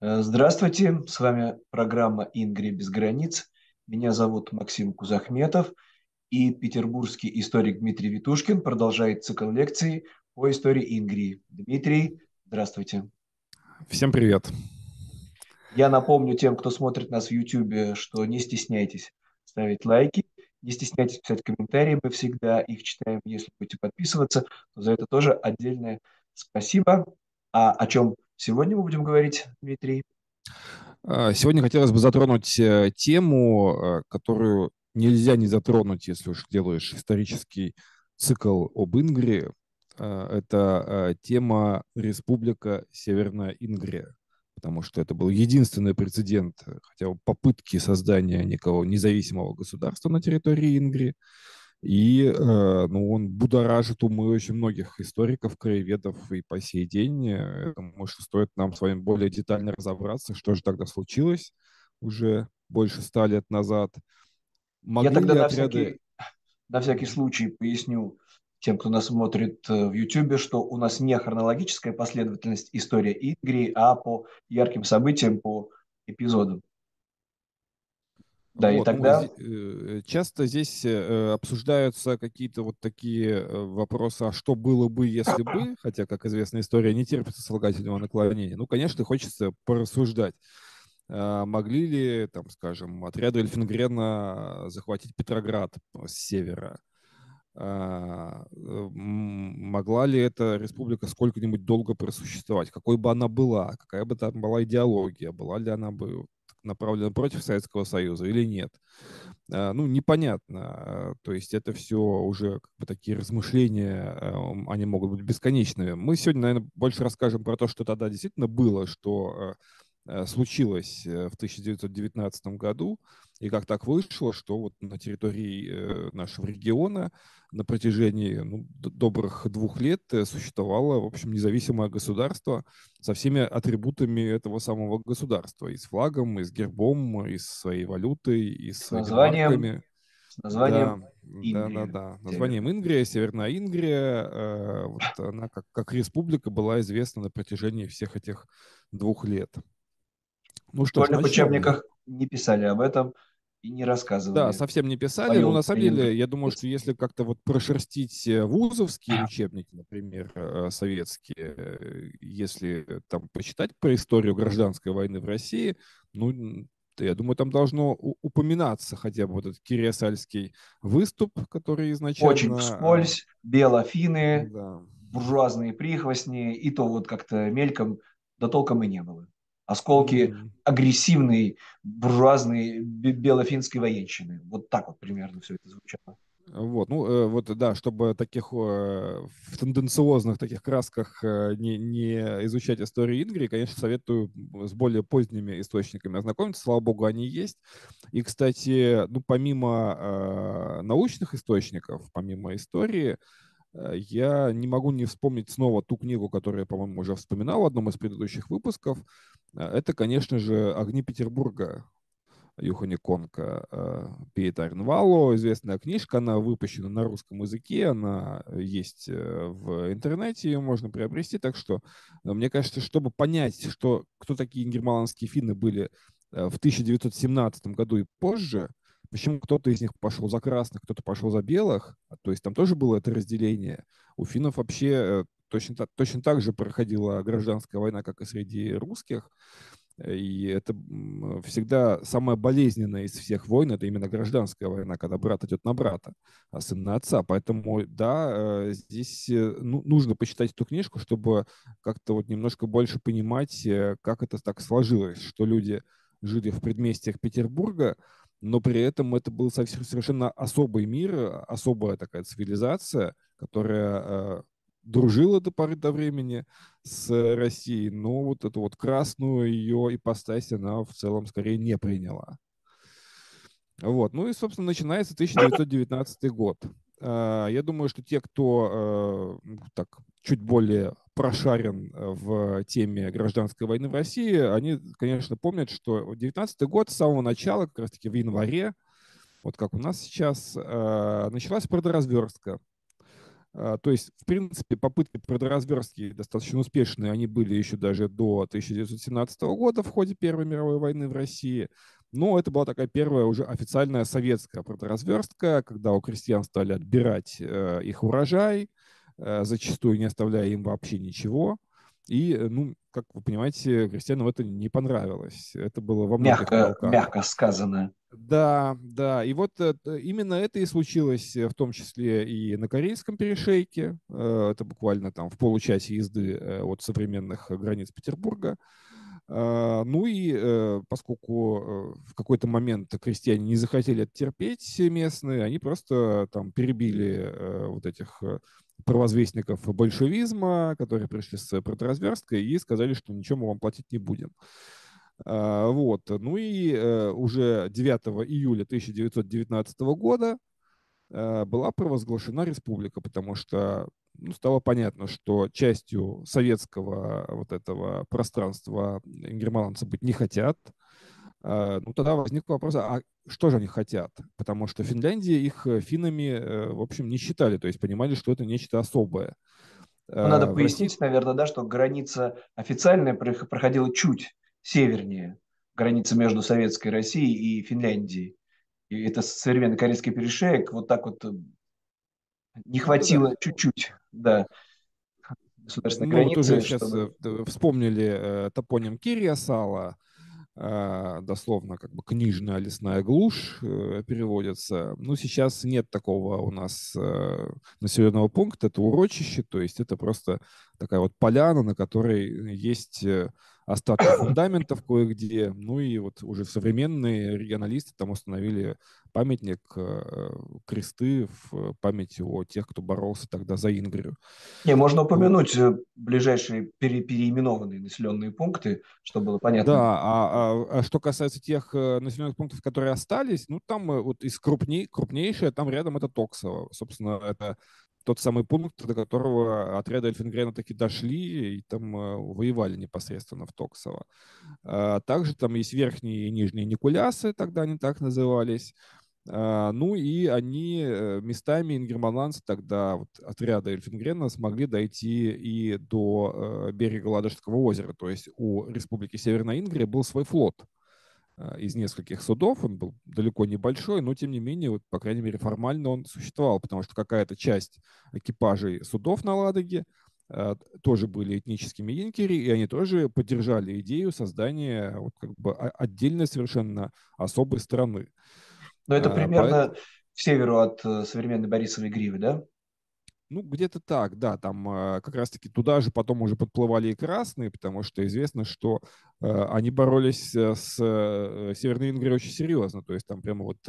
Здравствуйте, с вами программа «Ингрия без границ». Меня зовут Максим Кузахметов, и петербургский историк Дмитрий Витушкин продолжает цикл лекций по истории Ингрии. Дмитрий, здравствуйте. Всем привет. Я напомню тем, кто смотрит нас в YouTube, что не стесняйтесь ставить лайки, не стесняйтесь писать комментарии, мы всегда их читаем. Если будете подписываться, то за это тоже отдельное спасибо. А о чем сегодня мы будем говорить, Дмитрий? Сегодня хотелось бы затронуть тему, которую нельзя не затронуть, если уж делаешь исторический цикл об Ингрии. Это тема Республика Северная Ингрия, потому что это был единственный прецедент, хотя бы попытки создания некого независимого государства на территории Ингрии. И ну, он будоражит умы очень многих историков, краеведов и по сей день. Я думаю, что стоит нам с вами более детально разобраться, что же тогда случилось уже больше 100 лет назад. Я Могли тогда ли на отряды... всякий случай поясню тем, кто нас смотрит в YouTube, что у нас не хронологическая последовательность истории Ингрии, а по ярким событиям, по эпизодам. Да, и Вот, ну, тогда часто здесь обсуждаются какие-то вот такие вопросы, а что было бы, если бы, хотя, как известно, история не терпит сослагательного наклонения. Ну, конечно, хочется порассуждать. Могли ли, там, скажем, отряды Эльфингрена захватить Петроград с севера? Могла ли эта республика сколько-нибудь долго просуществовать? Какой бы она была? Какая бы там была идеология? Была ли она бы направлена против Советского Союза или нет? Ну, непонятно. То есть это все уже как бы такие размышления, они могут быть бесконечными. Мы сегодня, наверное, больше расскажем про то, что тогда действительно было, что случилось в 1919 году, и как так вышло, что вот на территории нашего региона на протяжении добрых 2 лет существовало, в общем, независимое государство со всеми атрибутами этого самого государства, и с флагом, и с гербом, и с своей валютой, и с с своими названием, марками. с названием Да, да, да, Ингрия да. Названием Северная. Ингрия, Северная Ингрия. Вот она как республика была известна на протяжении всех этих 2 лет. Ну В что ж, школьных начнем. учебниках не писали об этом и не Да, рассказывали совсем не о писали, но своем на самом деле я думаю, что детстве. если как-то вот прошерстить вузовские учебники, например, советские, если там почитать про историю гражданской войны в России, ну, я думаю, там должно упоминаться хотя бы вот этот Кирьясальский выступ, который Очень изначально... вскользь, белофины, Да. буржуазные прихвостни, и то вот как-то мельком, да толком и не было. Осколки Мгм. агрессивной буржуазной белофинской военщины. Вот так вот примерно все это звучало. Вот, ну, вот, да, чтобы таких в тенденциозных таких красках не изучать историю Ингрии, конечно, советую с более поздними источниками ознакомиться. Слава богу, они есть. И, кстати, ну, помимо научных источников, помимо истории, я не могу не вспомнить снова ту книгу, которую я, по-моему, уже вспоминал в одном из предыдущих выпусков. Это, конечно же, «Огни Петербурга» Юхани Конка, Пиета Арнвало, известная книжка, она выпущена на русском языке, она есть в интернете, ее можно приобрести, так что мне кажется, чтобы понять, кто такие ингерманские финны были в 1917 году и позже, почему кто-то из них пошел за красных, кто-то пошел за белых, то есть там тоже было это разделение. У финнов вообще точно так же проходила гражданская война, как и среди русских, и это всегда самая болезненная из всех войн, это именно гражданская война, когда брат идет на брата, а сын на отца. Поэтому, да, здесь нужно почитать эту книжку, чтобы как-то вот немножко больше понимать, как это так сложилось, что люди жили в предместьях Петербурга, но при этом это был совершенно особый мир, особая такая цивилизация, которая дружила до поры до времени с Россией, но вот эту вот красную ее ипостась она в целом скорее не приняла. Вот. Ну и, собственно, начинается 1919 год. Я думаю, что те, кто так чуть более прошарен в теме гражданской войны в России, они, конечно, помнят, что 19 год с самого начала, как раз-таки в январе, вот как у нас сейчас, началась продразверстка. То есть, в принципе, попытки продразверстки достаточно успешные, они были еще даже до 1917 года в ходе Первой мировой войны в России. Но это была такая первая уже официальная советская продразверстка, когда у крестьян стали отбирать их урожай, зачастую не оставляя им вообще ничего. И, ну, как вы понимаете, крестьянам это не понравилось. Это было во многих Мягко, уголках. мягко сказано. Да, да, и вот именно это и случилось, в том числе и на Карельском перешейке. Это буквально там в получасе езды от современных границ Петербурга. Ну и поскольку в какой-то момент крестьяне не захотели это терпеть местные, они просто там перебили вот этих провозвестников большевизма, которые пришли с продразверсткой и сказали, что ничего мы вам платить не будем. Вот. Ну и уже 9 июля 1919 года была провозглашена республика, потому что ну, стало понятно, что частью советского вот этого пространства ингерманцы быть не хотят. Ну, тогда возник вопрос, а что же они хотят? Потому что Финляндия их финнами, в общем, не считали, то есть понимали, что это нечто особое. Ну, надо В России, пояснить, наверное, да, что граница официальная проходила чуть севернее, граница между Советской Россией и Финляндией. И это современный Карельский перешеек, вот так вот не ну да-да, хватило чуть-чуть, да, государственной мы вот уже границы, сейчас чтобы... вспомнили топоним Кирьясала, дословно как бы книжная лесная глушь переводится. Ну, сейчас нет такого у нас населенного пункта, это урочище, то есть это просто такая вот поляна, на которой есть остатки фундаментов кое-где. Ну и вот уже современные регионалисты там установили памятник, кресты в памяти о тех, кто боролся тогда за Ингрию. Не, можно Вот. упомянуть ближайшие переименованные населенные пункты, чтобы было Да, понятно. а что касается тех населенных пунктов, которые остались, ну, там вот из крупнейшее, там рядом это Токсово. Собственно, это тот самый пункт, до которого отряды Эльфингрена таки дошли и там воевали непосредственно в Токсово. Также там есть верхние и нижние Никулясы, тогда они так назывались. Ну и они местами ингерманландцы тогда, вот, отряда Эльфингрена, смогли дойти и до берега Ладожского озера. То есть у Республики Северная Ингрия был свой флот из нескольких судов. Он был далеко не большой, но тем не менее, вот, по крайней мере, формально он существовал, потому что какая-то часть экипажей судов на Ладоге тоже были этническими инкери, и они тоже поддержали идею создания вот, как бы отдельной совершенно особой страны. Но это Поэтому примерно к северу от современной Борисовой Гривы, да? ну, где-то так, да, там как раз-таки туда же потом уже подплывали и красные, потому что известно, что они боролись с Северной Ингрией очень серьезно, то есть там прямо вот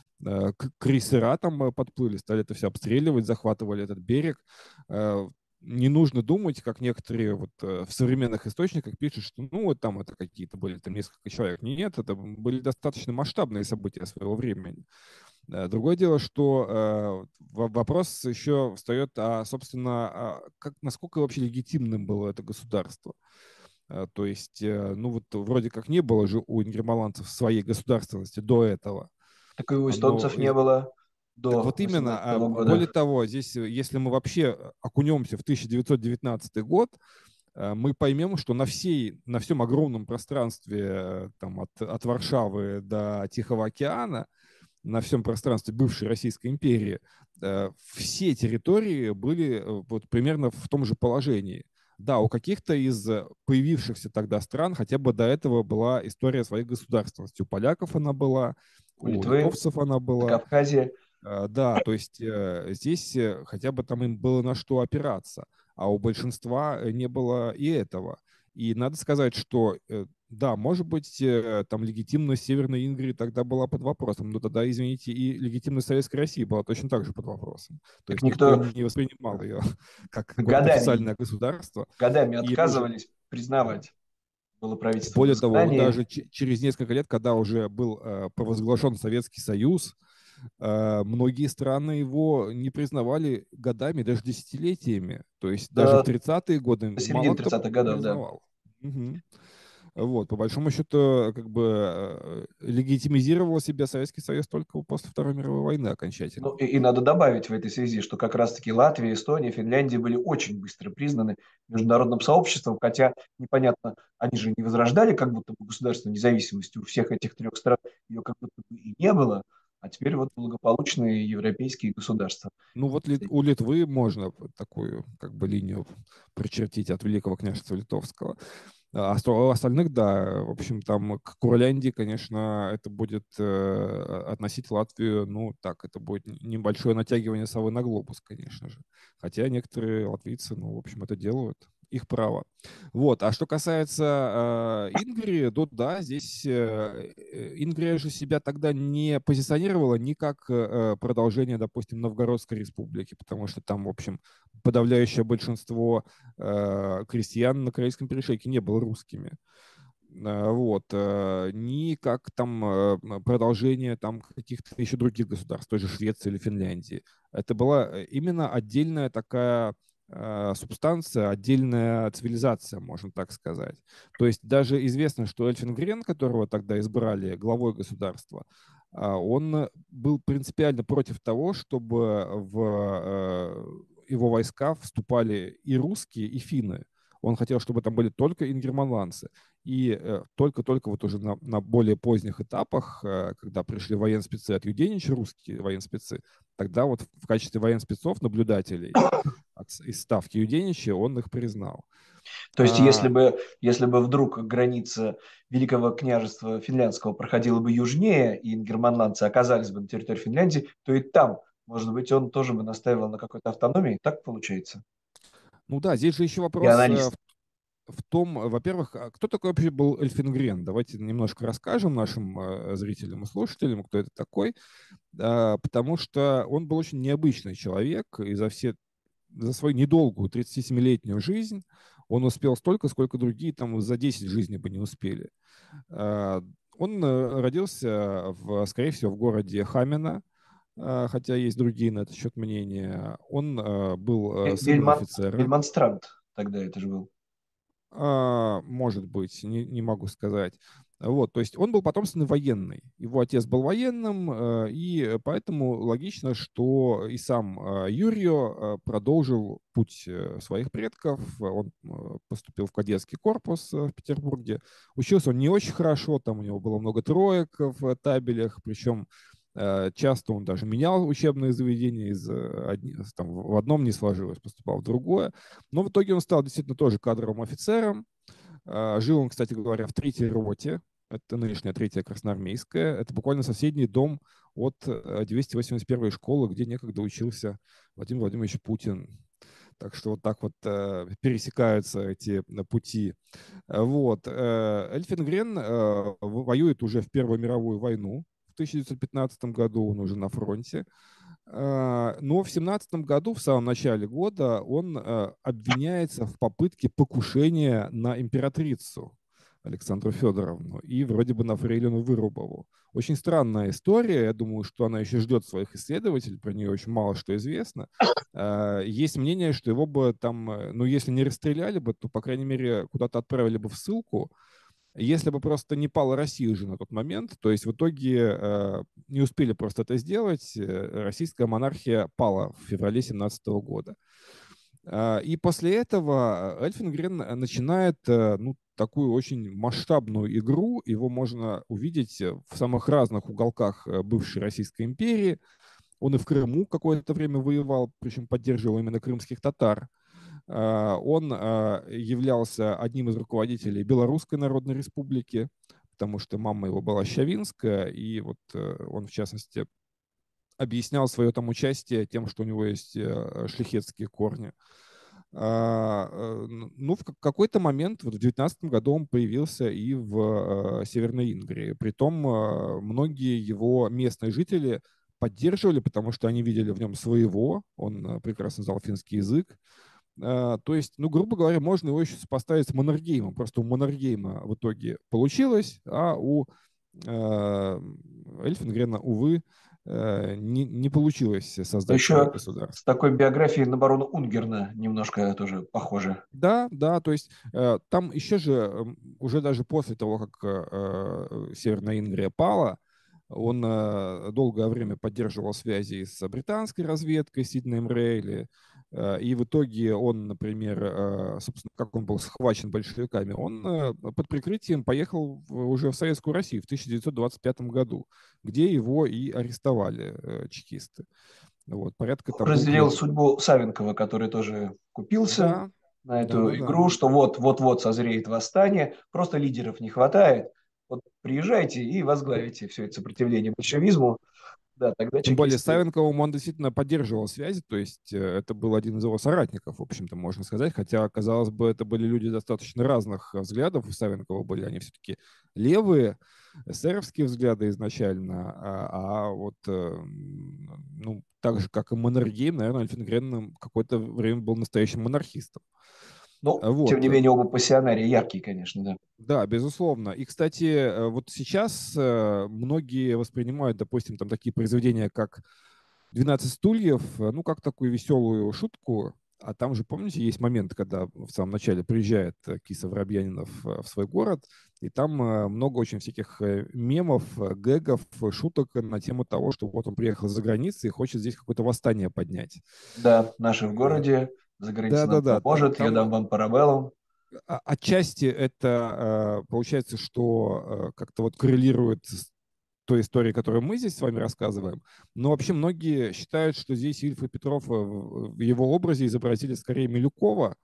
крейсера там подплыли, стали это все обстреливать, захватывали этот берег. Э, Не нужно думать, как некоторые вот в современных источниках пишут, что ну вот там это какие-то были там несколько человек. Нет, это были достаточно масштабные события своего времени. Другое дело, что вопрос еще встает, собственно, насколько вообще легитимным было это государство. То есть, ну вот вроде как не было же у ингерманландцев своей государственности до этого. Так и у Но, эстонцев не было так до вот именно, 18 более года. того, здесь, если мы вообще окунемся в 1919 год, мы поймем, что на всем огромном пространстве там, от Варшавы до Тихого океана на всем пространстве бывшей Российской империи, все территории были вот примерно в том же положении. Да, у каких-то из появившихся тогда стран хотя бы до этого была история своей государственности. У поляков она была, У у Литвы, литовцев она на была. Кавказе. Да, то есть здесь хотя бы там им было на что опираться, а у большинства не было и этого. И надо сказать, что да, может быть, там легитимность Северной Ингрии тогда была под вопросом, но тогда, извините, и легитимность Советской России была точно так же под вопросом. То Так есть никто никто не воспринимал ее как какое-то годами, официальное государство. годами И уже отказывались признавать. Было правительство в более того, вот изгнании. даже через несколько лет, когда уже был провозглашен Советский Союз, многие страны его не признавали годами, даже десятилетиями. То есть даже в До 30-е годы середины мало кто 30-х годов, да. признавал. Мгм. Вот, по большому счету, как бы легитимизировал себя Советский Союз только после Второй мировой войны окончательно. Ну, и надо добавить в этой связи, что как раз-таки Латвия, Эстония, Финляндия были очень быстро признаны международным сообществом, хотя непонятно, они же не возрождали как будто бы государственную независимость, у всех этих трех стран ее как будто бы и не было, а теперь вот благополучные европейские государства. Ну вот у Литвы можно такую как бы линию прочертить от Великого княжества Литовского. А у остальных, да, в общем, там к Курляндии, конечно, это будет относить Латвию, ну, так, это будет небольшое натягивание совы на глобус, конечно же. Хотя некоторые латвийцы, ну, в общем, это делают, их право. Вот, а что касается Ингрии, то да, здесь Ингрия же себя тогда не позиционировала ни как продолжение, допустим, Новгородской республики, потому что там, в общем, подавляющее большинство крестьян на Карельском перешейке не было русскими. Вот. Ни как там продолжение там каких-то еще других государств, той же Швеции или Финляндии. Это была именно отдельная такая субстанция, отдельная цивилизация, можно так сказать. То есть даже известно, что Эльфингрен, которого тогда избрали главой государства, он был принципиально против того, чтобы в его войска вступали и русские, и финны. Он хотел, чтобы там были только ингерманландцы. И только-только вот уже на более поздних этапах, когда пришли военспецы от Юденича, русские военспецы, тогда вот в качестве военспецов, наблюдателей из ставки Юденича, он их признал. То есть, если бы вдруг граница Великого княжества Финляндского проходила бы южнее, и ингерманландцы оказались бы на территории Финляндии, то и там, может быть, он тоже бы настаивал на какой-то автономии. Так получается? Ну да, здесь же еще И вопрос анализ. в том, во-первых, кто такой вообще был Эльфингрен? Давайте немножко расскажем нашим зрителям и слушателям, кто это такой, потому что он был очень необычный человек, и за свою недолгую 37-летнюю жизнь он успел столько, сколько другие там за 10 жизней бы не успели. Он родился, скорее всего, в городе Хамина, хотя есть другие на этот счет мнения. Он был сыном офицера. Вельмонстрант тогда это же был. Может быть, не могу сказать. Вот, то есть он был потомственный военный. Его отец был военным, и поэтому логично, что и сам Юрио продолжил путь своих предков. Он поступил в кадетский корпус в Петербурге. Учился он не очень хорошо, там у него было много троек в табелях, причем часто он даже менял учебные заведения, там, в одном не сложилось, поступал в другое. Но в итоге он стал действительно тоже кадровым офицером. Жил он, кстати говоря, в третьей роте. Это нынешняя третья красноармейская. Это буквально соседний дом от 281-й школы, где некогда учился Владимир Владимирович Путин. Так что вот так вот пересекаются эти пути. Вот. Эльфингрен воюет уже в Первую мировую войну. В 1915 году он уже на фронте. Но в 17 году, в самом начале года, он обвиняется в попытке покушения на императрицу Александру Федоровну и вроде бы на фрейлину Вырубову. Очень странная история. Я думаю, что она еще ждет своих исследователей. Про нее очень мало что известно. Есть мнение, что его бы там, ну, если не расстреляли бы, то, по крайней мере, куда-то отправили бы в ссылку. Если бы просто не пала Россия уже на тот момент, то есть в итоге не успели просто это сделать, российская монархия пала в феврале 17 года. И после этого Эльфингрен начинает ну, такую очень масштабную игру. Его можно увидеть в самых разных уголках бывшей Российской империи. Он и в Крыму какое-то время воевал, причем поддерживал именно крымских татар. Он являлся одним из руководителей Белорусской Народной Республики, потому что мама его была щавинская, и вот он, в частности, объяснял свое там участие тем, что у него есть шляхетские корни. Ну, в какой-то момент, вот в 19 году он появился и в Северной Ингрии. Притом многие его местные жители поддерживали, потому что они видели в нем своего, он прекрасно знал финский язык. То есть, ну, грубо говоря, можно его еще сопоставить с Маннергеймом. Просто у Маннергейма в итоге получилось, а у Эльфингрена, увы, не получилось Но создать свое еще с государство. такой биографией на барона Унгерна немножко тоже похоже. Да, да, то есть там еще же, уже даже после того, как Северная Ингрия пала, он долгое время поддерживал связи с британской разведкой, Сиднеем Рейли, и в итоге он, например, собственно, как он был схвачен большевиками, он под прикрытием поехал уже в Советскую Россию в 1925 году, где его и арестовали чекисты. Вот, порядка там двух Разделил лет. судьбу Савенкова, который тоже купился Да, на да, да, эту да. игру, что вот-вот созреет восстание, просто лидеров не хватает. Вот приезжайте и возглавите все это сопротивление большевизму. Да, тогда Тем более с чекисты. Савенковым он действительно поддерживал связи, то есть это был один из его соратников, в общем-то, можно сказать, хотя, казалось бы, это были люди достаточно разных взглядов, у Савенкова были они все-таки левые, эсеровские взгляды изначально, вот, ну, так же, как и Маннергейм, наверное, Эльфингрен какое-то время был настоящим монархистом. Ну, Вот. тем не менее, оба пассионарии яркие, конечно, да. Да, безусловно. И, кстати, вот сейчас многие воспринимают, допустим, там такие произведения, как «12 стульев», ну, как такую веселую шутку. А там же, помните, есть момент, когда в самом начале приезжает Киса Воробьянинов в свой город, и там много очень всяких мемов, гэгов, шуток на тему того, что вот он приехал за границей и хочет здесь какое-то восстание поднять. Да, наши в Э, городе, за граница нам Да-да-да, поможет, я там дам вам парабеллум. отчасти это получается, что как-то вот коррелирует с той историей, которую мы здесь с вами рассказываем. Но вообще многие считают, что здесь Ильф и Петров в его образе изобразили скорее Милюкова,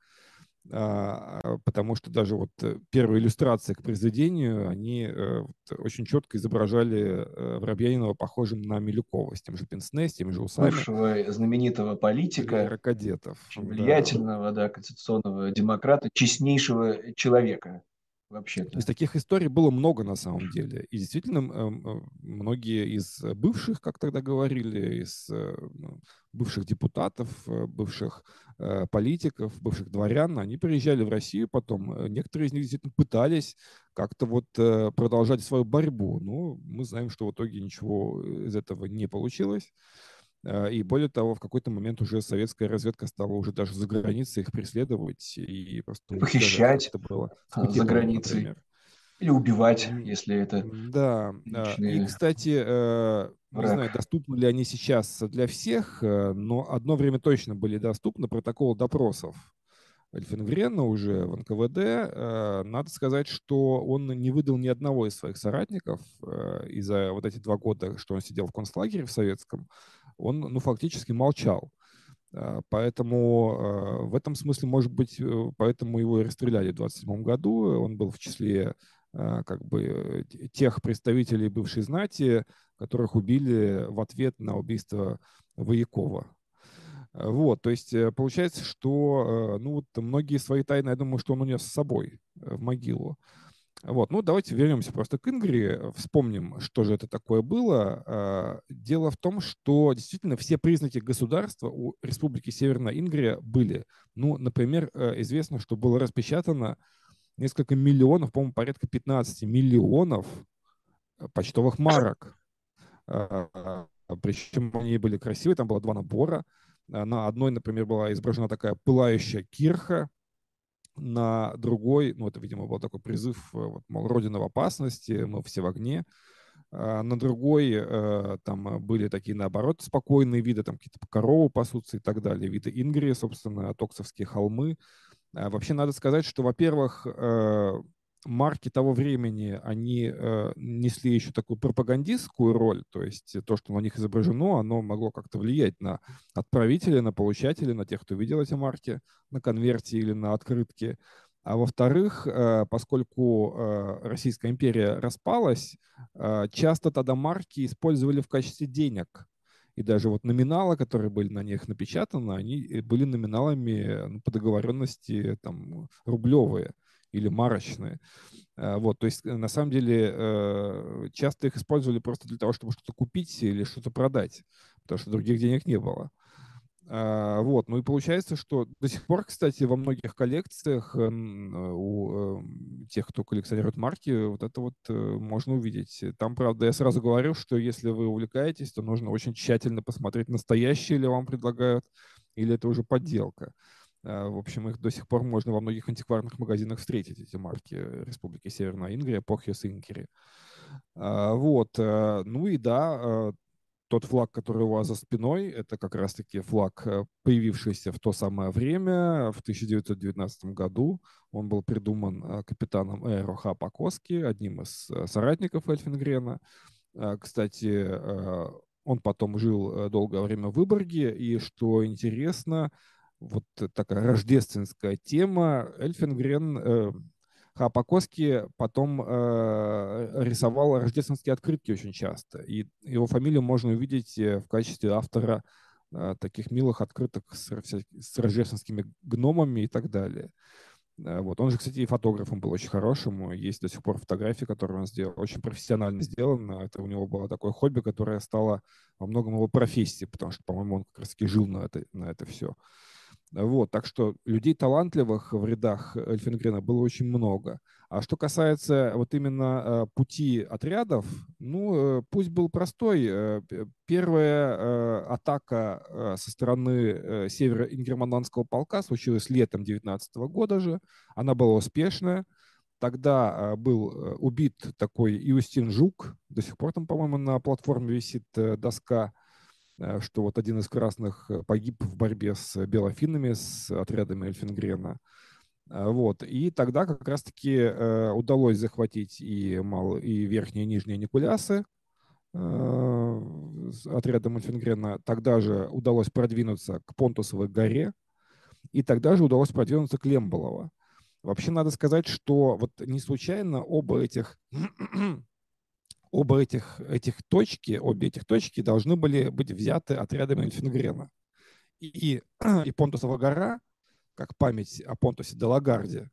потому что даже вот первые иллюстрации к произведению, они вот очень четко изображали Воробьянинова похожим на Милюкова, с тем же пенсне, с теми же усами, Бывшего знаменитого политика, кавалера кадетов. очень Да. влиятельного, да, конституционного демократа, честнейшего человека, вообще-то. Из таких историй было много на самом деле. И действительно, многие из бывших, как тогда говорили, из ну, бывших депутатов, бывших политиков, бывших дворян, они приезжали в Россию потом. Некоторые из них действительно пытались как-то вот продолжать свою борьбу. Но мы знаем, что в итоге ничего из этого не получилось. И более того, в какой-то момент уже советская разведка стала уже даже за границей их преследовать и просто уничтожать, как Похищать это было с за Никитиным, границей например. или убивать, если это Да, и, личный кстати, не знаю, враг. доступны ли они сейчас для всех, но одно время точно были доступны протоколы допросов Эльфингрена уже в НКВД. Надо сказать, что он не выдал ни одного из своих соратников, и за вот эти 2 года, что он сидел в концлагере в советском, он, ну, фактически молчал. Поэтому в этом смысле, может быть, поэтому его и расстреляли в 27 году. Он был в числе как бы тех представителей бывшей знати, которых убили в ответ на убийство Воякова. Вот, то есть получается, что ну, вот многие свои тайны, я думаю, что он унес с собой в могилу. Вот, ну давайте вернемся просто к Ингрии, вспомним, что же это такое было. Дело в том, что действительно все признаки государства у Республики Северная Ингрия были. Ну, например, известно, что было распечатано несколько миллионов, по-моему, порядка 15 миллионов почтовых марок. Причем они были красивые, там было 2 набора. На одной, например, была изображена такая пылающая кирха, на другой, ну, это, видимо, был такой призыв, вот, мол, Родина в опасности, мы все в огне. На другой там были такие, наоборот, спокойные виды, там какие-то коровы пасутся и так далее, виды Ингрии, собственно, Токсовские холмы. Вообще надо сказать, что, во-первых, марки того времени, они несли еще такую пропагандистскую роль, то есть то, что на них изображено, оно могло как-то влиять на отправителя, на получателя, на тех, кто видел эти марки на конверте или на открытке. А во-вторых, поскольку Российская империя распалась, часто тогда марки использовали в качестве денег. И даже вот номиналы, которые были на них напечатаны, они были номиналами ну, по договоренности там, рублевые или марочные. Вот, то есть на самом деле часто их использовали просто для того, чтобы что-то купить или что-то продать, потому что других денег не было. Вот, ну и получается, что до сих пор, кстати, во многих коллекциях у тех, кто коллекционирует марки, вот это вот можно увидеть. Там, правда, я сразу говорю, что если вы увлекаетесь, то нужно очень тщательно посмотреть, настоящие ли вам предлагают, или это уже подделка. В общем, их до сих пор можно во многих антикварных магазинах встретить, эти марки Республики Северная Ингрия, Pohjois Inkeri. Вот. Ну и да, тот флаг, который у вас за спиной, это как раз-таки флаг, появившийся в то самое время, в 1919 году. Он был придуман капитаном Эйро Хапакоски, одним из соратников Эльфингрена. Кстати, он потом жил долгое время в Выборге, и, что интересно, вот такая рождественская тема, Эльфингрен, Хапакоски потом рисовал рождественские открытки очень часто, и его фамилию можно увидеть в качестве автора таких милых открыток с рождественскими гномами и так далее. Вот. Он же, кстати, и фотографом был очень хорошим. Есть до сих пор фотографии, которые он сделал. Очень профессионально сделано. Это у него было такое хобби, которое стало во многом его профессией, потому что, по-моему, он как раз-таки жил на это все. Вот, так что людей талантливых в рядах Эльфингрена было очень много. А что касается вот именно пути отрядов, ну, путь был простой. Первая атака со стороны северо-ингерманландского полка случилась летом 19 года же. Она была успешная. Тогда был убит такой Иустин Жук. До сих пор там, по-моему, на платформе висит доска, что вот один из красных погиб в борьбе с белофинами, с отрядами Эльфингрена. Вот. И тогда как раз-таки удалось захватить и верхние, и нижние Никулясы с отрядом Эльфингрена. Тогда же удалось продвинуться к Понтусовой горе, и тогда же удалось продвинуться к Лемболово. Вообще надо сказать, что вот не случайно обе этих точки должны были быть взяты отрядами Эльфингрена. И Понтусова гора, как память о Понтусе де Лагарде,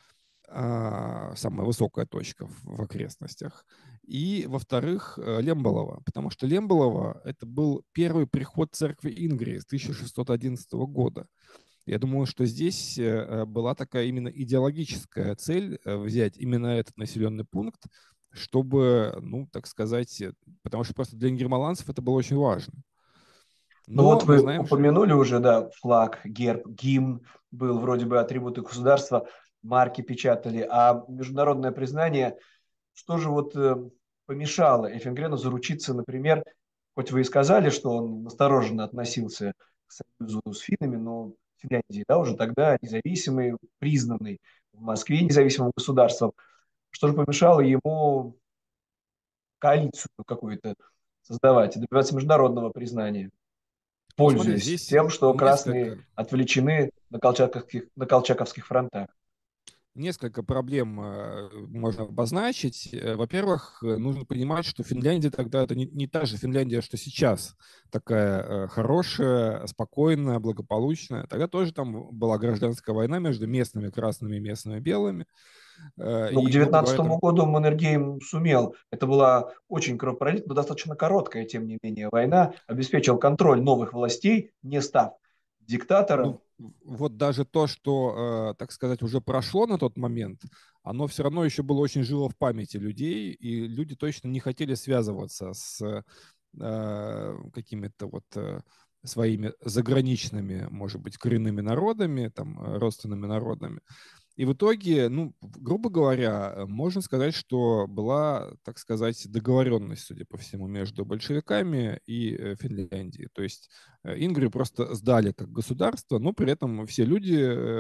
самая высокая точка в окрестностях. И, во-вторых, Лемболово, потому что Лемболово — это был первый приход церкви Ингрии с 1611 года. Я думаю, что здесь была такая именно идеологическая цель взять именно этот населенный пункт, чтобы, ну, так сказать, потому что просто для ингерманландцев это было очень важно. Ну вот Но мы вы знаем, упомянули уже, да, флаг, герб, гимн был вроде бы атрибуты государства, марки печатали, а международное признание, что же вот помешало Эффенгрену заручиться, например, хоть вы и сказали, что он настороженно относился к союзу с финнами, но Финляндии, да, уже тогда независимый, признанный в Москве независимым государством, что же помешало ему коалицию какую-то создавать и добиваться международного признания, ну смотри, пользуясь здесь тем, что красные несколько, отвлечены на колчаковских фронтах. несколько проблем можно обозначить. Во-первых, нужно понимать, что Финляндия тогда это не та же Финляндия, что сейчас, такая хорошая, спокойная, благополучная. Тогда тоже там была гражданская война между местными красными и местными белыми. Но к И, грубо говоря, девятнадцатому там, году Маннергейм сумел. Это была очень кровопролитная, но достаточно короткая, тем не менее, война. Обеспечил контроль новых властей, не став диктатором. ну, вот даже то, что, так сказать, уже прошло на тот момент, оно все равно еще было очень живо в памяти людей, и люди точно не хотели связываться с какими-то вот своими заграничными, может быть, коренными народами, там, родственными народами. И в итоге, ну, грубо говоря, можно сказать, что была, так сказать, договоренность, судя по всему, между большевиками и Финляндией. То есть Ингрию просто сдали как государство, но при этом все люди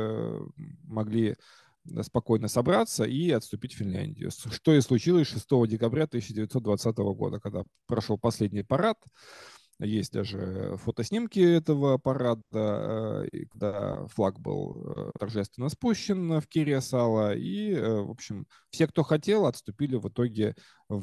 могли спокойно собраться и отступить в Финляндию. Что и случилось 6 декабря 1920 года, когда прошел последний парад. Есть даже фотоснимки этого парада, когда флаг был торжественно спущен в Кириасала. И, в общем, все, кто хотел, отступили в итоге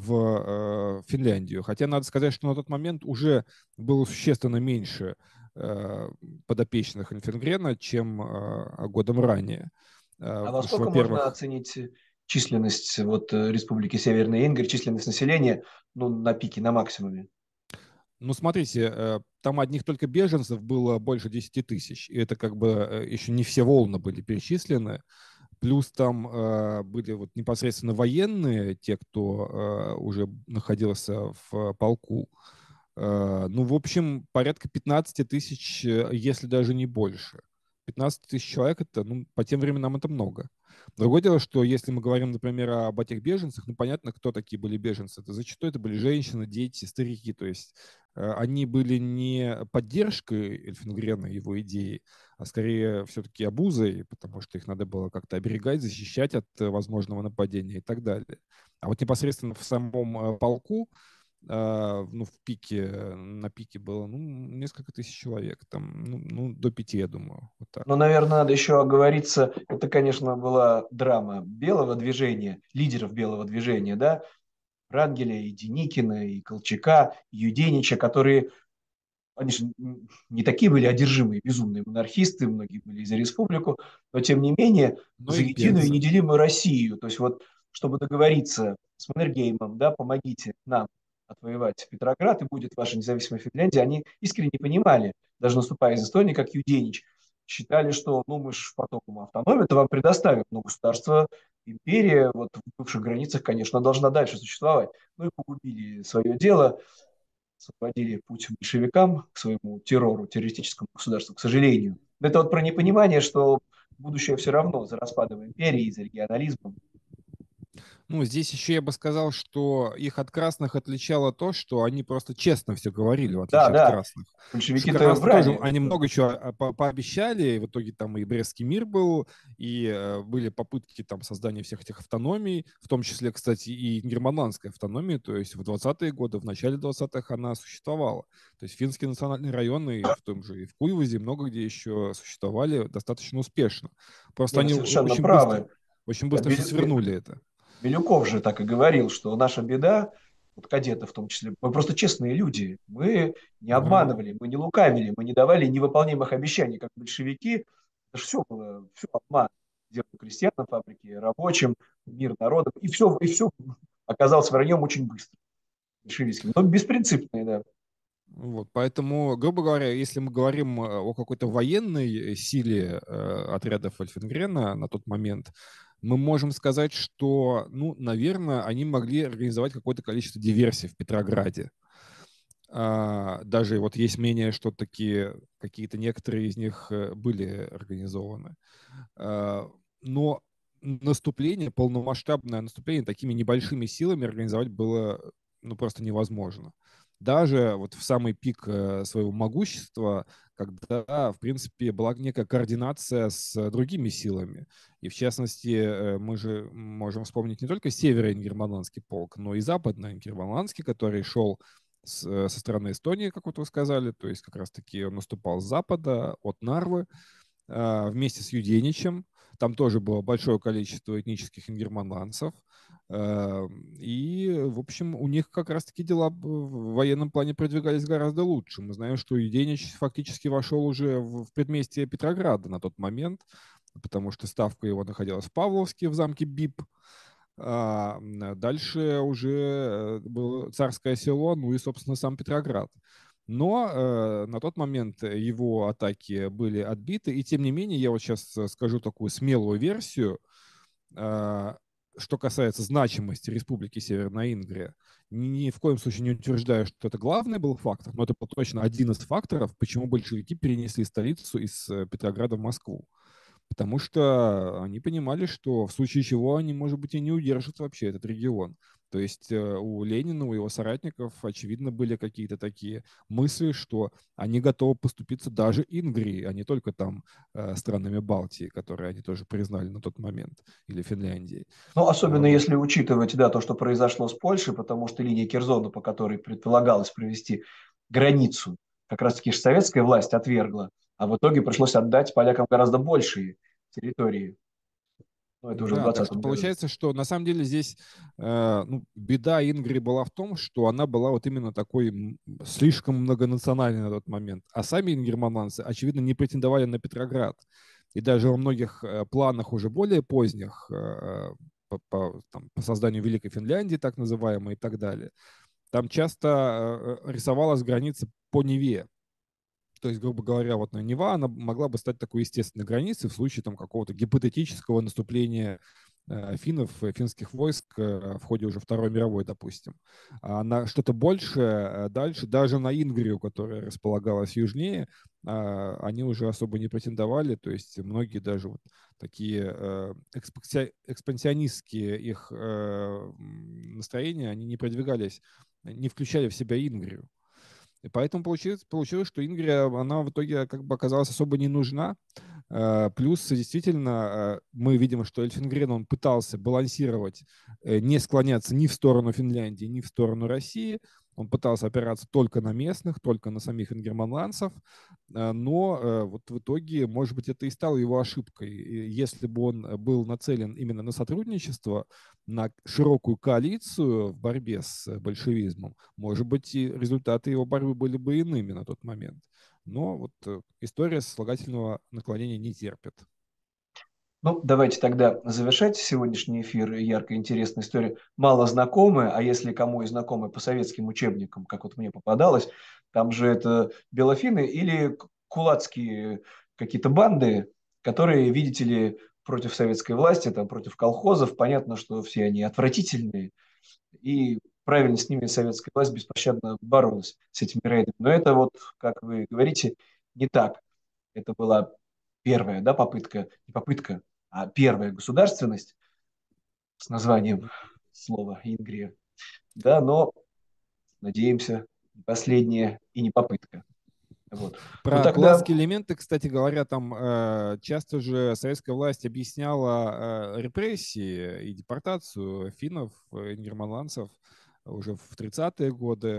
в Финляндию. Хотя надо сказать, что на тот момент уже было существенно меньше подопечных Эльфингрена, чем годом ранее. А во Потому что, сколько можно во-первых, оценить численность вот, Республики Северная Ингрия, численность населения, ну, на пике, на максимуме? ну, смотрите, там одних только беженцев было больше 10 тысяч. И это как бы еще не все волны были перечислены. Плюс там были вот непосредственно военные, те, кто уже находился в полку. Ну, в общем, порядка 15 тысяч, если даже не больше. 15 тысяч человек, это, ну, по тем временам это много. Другое дело, что если мы говорим, например, об этих беженцах, ну, понятно, кто такие были беженцы. Это зачастую это были женщины, дети, старики. То есть они были не поддержкой Эльфингрена, его идеи, а скорее все-таки обузой, потому что их надо было как-то оберегать, защищать от возможного нападения и так далее. А вот непосредственно в самом полку, ну, на пике было, ну, несколько тысяч человек, там, ну, до 5, я думаю, вот так. Но, наверное, надо еще оговориться, это, конечно, была драма белого движения, лидеров белого движения, да, Врангеля и Деникина, и Колчака, и Юденича, которые, они же не такие были одержимые, безумные монархисты, многие были и за республику, но, тем не менее, Но за единую и имперцы. неделимую Россию. То есть вот, чтобы договориться с Маннергеймом, да, помогите нам отвоевать Петроград, и будет ваша независимая Финляндия, они искренне понимали, даже наступая из Эстонии, как Юденич, считали, что, ну, мы же потом автономию-то вам предоставим, но государство, империя вот в бывших границах, конечно, должна дальше существовать. Ну и погубили свое дело, освободили путь большевикам к своему террору, террористическому государству, к сожалению. Но это вот про непонимание, что будущее все равно за распадом империи, за регионализмом. Ну, здесь еще я бы сказал, что их от красных отличало то, что они просто честно все говорили, в Да, отличие от да, красных. Потому что большевики-то красные тоже, врали. они Да. много чего пообещали, и в итоге там и Брестский мир был, и были попытки там создания всех этих автономий, в том числе, кстати, и германландской автономии, то есть в 20-е годы, в начале 20-х она существовала. То есть финские национальные районы и в том же и в Куйвазе, много где еще существовали достаточно успешно. Просто Не, вы они совершенно правы. очень Да, быстро все свернули это. Милюков же так и говорил, что наша беда, вот кадеты в том числе, мы просто честные люди. Мы не Да. обманывали, мы не лукавили, мы не давали невыполнимых обещаний, как большевики. Это же все было, все обман. Дело крестьян на фабрике, рабочим, мир народам. И все оказалось враньем очень быстро. Большевистским. Но беспринципные, да. Вот, поэтому, грубо говоря, если мы говорим о какой-то военной силе отрядов Эльфингрена на тот момент, мы можем сказать, что, ну, наверное, они могли организовать какое-то количество диверсий в Петрограде. Даже вот есть мнение, что такие какие-то некоторые из них были организованы. Но наступление, полномасштабное наступление такими небольшими силами организовать было, ну, просто невозможно. Даже вот в самый пик своего могущества, когда, в принципе, была некая координация с другими силами. И, в частности, мы же можем вспомнить не только северо-германландский полк, но и западно-германландский, который шел со стороны Эстонии, как вот вы сказали, то есть как раз-таки он наступал с запада, от Нарвы, вместе с Юденичем. Там тоже было большое количество этнических ингерманландцев. И, в общем, у них как раз-таки дела в военном плане продвигались гораздо лучше. Мы знаем, что Юденич фактически вошел уже в предместье Петрограда на тот момент, потому что ставка его находилась в Павловске, в замке Бип. Дальше уже было Царское село, ну и, собственно, сам Петроград. Но на тот момент его атаки были отбиты, и тем не менее, я вот сейчас скажу такую смелую версию, э, что касается значимости Республики Северная Ингрия. Ни в коем случае не утверждаю, что это главный был фактор, но это был точно один из факторов, почему большевики перенесли столицу из Петрограда в Москву. Потому что они понимали, что в случае чего они, может быть, и не удержат вообще этот регион. То есть у Ленина, у его соратников, очевидно, были какие-то такие мысли, что они готовы поступиться даже Ингрии, а не только там странами Балтии, которые они тоже признали на тот момент, или Финляндии. Ну, особенно Вот. если учитывать, да, то, что произошло с Польшей, потому что линия Керзона, по которой предполагалось провести границу, как раз-таки же советская власть отвергла, а в итоге пришлось отдать полякам гораздо большие территории. Ну, это уже в Да, так что 20 году. получается, что на самом деле здесь ну, беда Ингрии была в том, что она была вот именно такой слишком многонациональной на тот момент. А сами ингерманландцы, очевидно, не претендовали на Петроград. И даже во многих планах уже более поздних по созданию Великой Финляндии, так называемой, и так далее, там часто рисовалась граница по Неве. То есть, грубо говоря, вот Нева, она могла бы стать такой естественной границей в случае там какого-то гипотетического наступления финнов, финских войск в ходе уже Второй мировой, допустим. А на что-то большее дальше, даже на Ингрию, которая располагалась южнее, они уже особо не претендовали. То есть многие даже вот такие экспансионистские их настроения, они не продвигались, не включали в себя Ингрию. И поэтому получилось, что Ингрия, она в итоге как бы оказалась особо не нужна. Плюс действительно мы видим, что Эльфингрен, он пытался балансировать, не склоняться ни в сторону Финляндии, ни в сторону России. Он пытался опираться только на местных, только на самих ингерманландцев, но вот в итоге, может быть, это и стало его ошибкой. И если бы он был нацелен именно на сотрудничество, на широкую коалицию в борьбе с большевизмом, может быть, и результаты его борьбы были бы иными на тот момент. Но вот история сослагательного наклонения не терпит. Ну, давайте тогда завершать сегодняшний эфир. Яркая, интересная история. Мало знакомая, а если кому и знакомая по советским учебникам, как вот мне попадалось, там же это белофины или кулацкие какие-то банды, которые, видите ли, против советской власти, там, против колхозов. Понятно, что все они отвратительные, и правильно с ними советская власть беспощадно боролась, с этими рейдами. Но это вот, как вы говорите, не так. Это была первая, да, попытка, не попытка, а первая государственность с названием слова Ингрия. Да, но, надеемся, не последняя и не попытка. Вот. Ну Про тогда, кулацкие элементы, кстати говоря, там часто же советская власть объясняла репрессии и депортацию финнов, ингерманландцев уже в 30-е годы,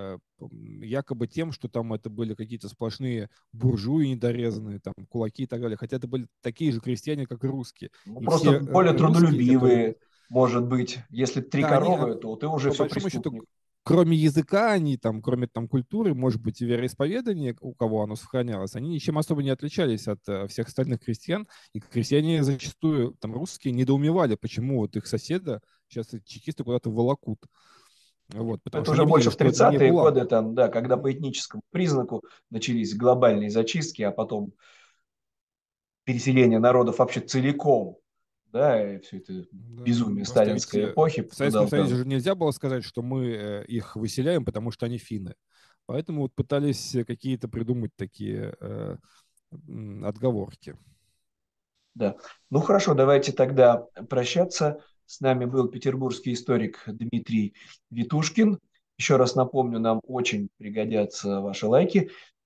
якобы тем, что там это были какие-то сплошные буржуи недорезанные, там кулаки и так далее. Хотя это были такие же крестьяне, как и русские. ну, И просто все более русские, которые... трудолюбивые, может быть, если три Да, они, коровы, то ты уже по все большому счету, преступник. кроме языка, они там, кроме там культуры, может быть, и вероисповедания, у кого оно сохранялось, они ничем особо не отличались от всех остальных крестьян. И крестьяне зачастую, там, русские, недоумевали, почему вот их соседа сейчас чекисты куда-то волокут. Вот, потому Это что уже они видели, больше в что это не 30-е кулак. годы, там, да, когда по этническому признаку начались глобальные зачистки, а потом переселение народов вообще целиком, да, и все это Да, безумие просто ведь сталинской эпохи в Советском Союзе продолжалось. же нельзя было сказать, что мы их выселяем, потому что они финны. Поэтому вот пытались какие-то придумать такие отговорки. Да. Ну хорошо, давайте тогда прощаться. С нами был петербургский историк Дмитрий Витушкин. Еще раз напомню, нам очень пригодятся ваши лайки.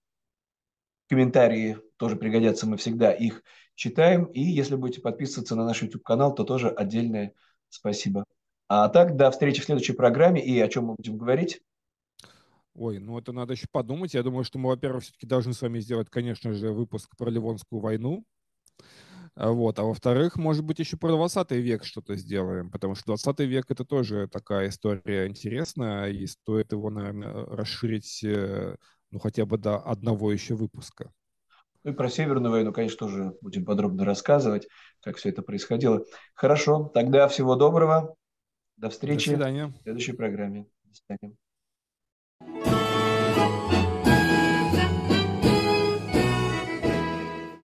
Комментарии тоже пригодятся, мы всегда их читаем. И если будете подписываться на наш YouTube-канал, то тоже отдельное спасибо. А так, до встречи в следующей программе. И о чем мы будем говорить? Ой, ну это надо еще подумать. Я думаю, что мы, во-первых, все-таки должны с вами сделать, конечно же, выпуск про Ливонскую войну. Вот. А во-вторых, может быть, еще про 20 век что-то сделаем, потому что 20 век — это тоже такая история интересная, и стоит его, наверное, расширить, ну, хотя бы до одного еще выпуска. Ну и про Северную войну, конечно, тоже будем подробно рассказывать, как все это происходило. Хорошо, тогда всего доброго. До До встречи свидания. в следующей программе. До свидания.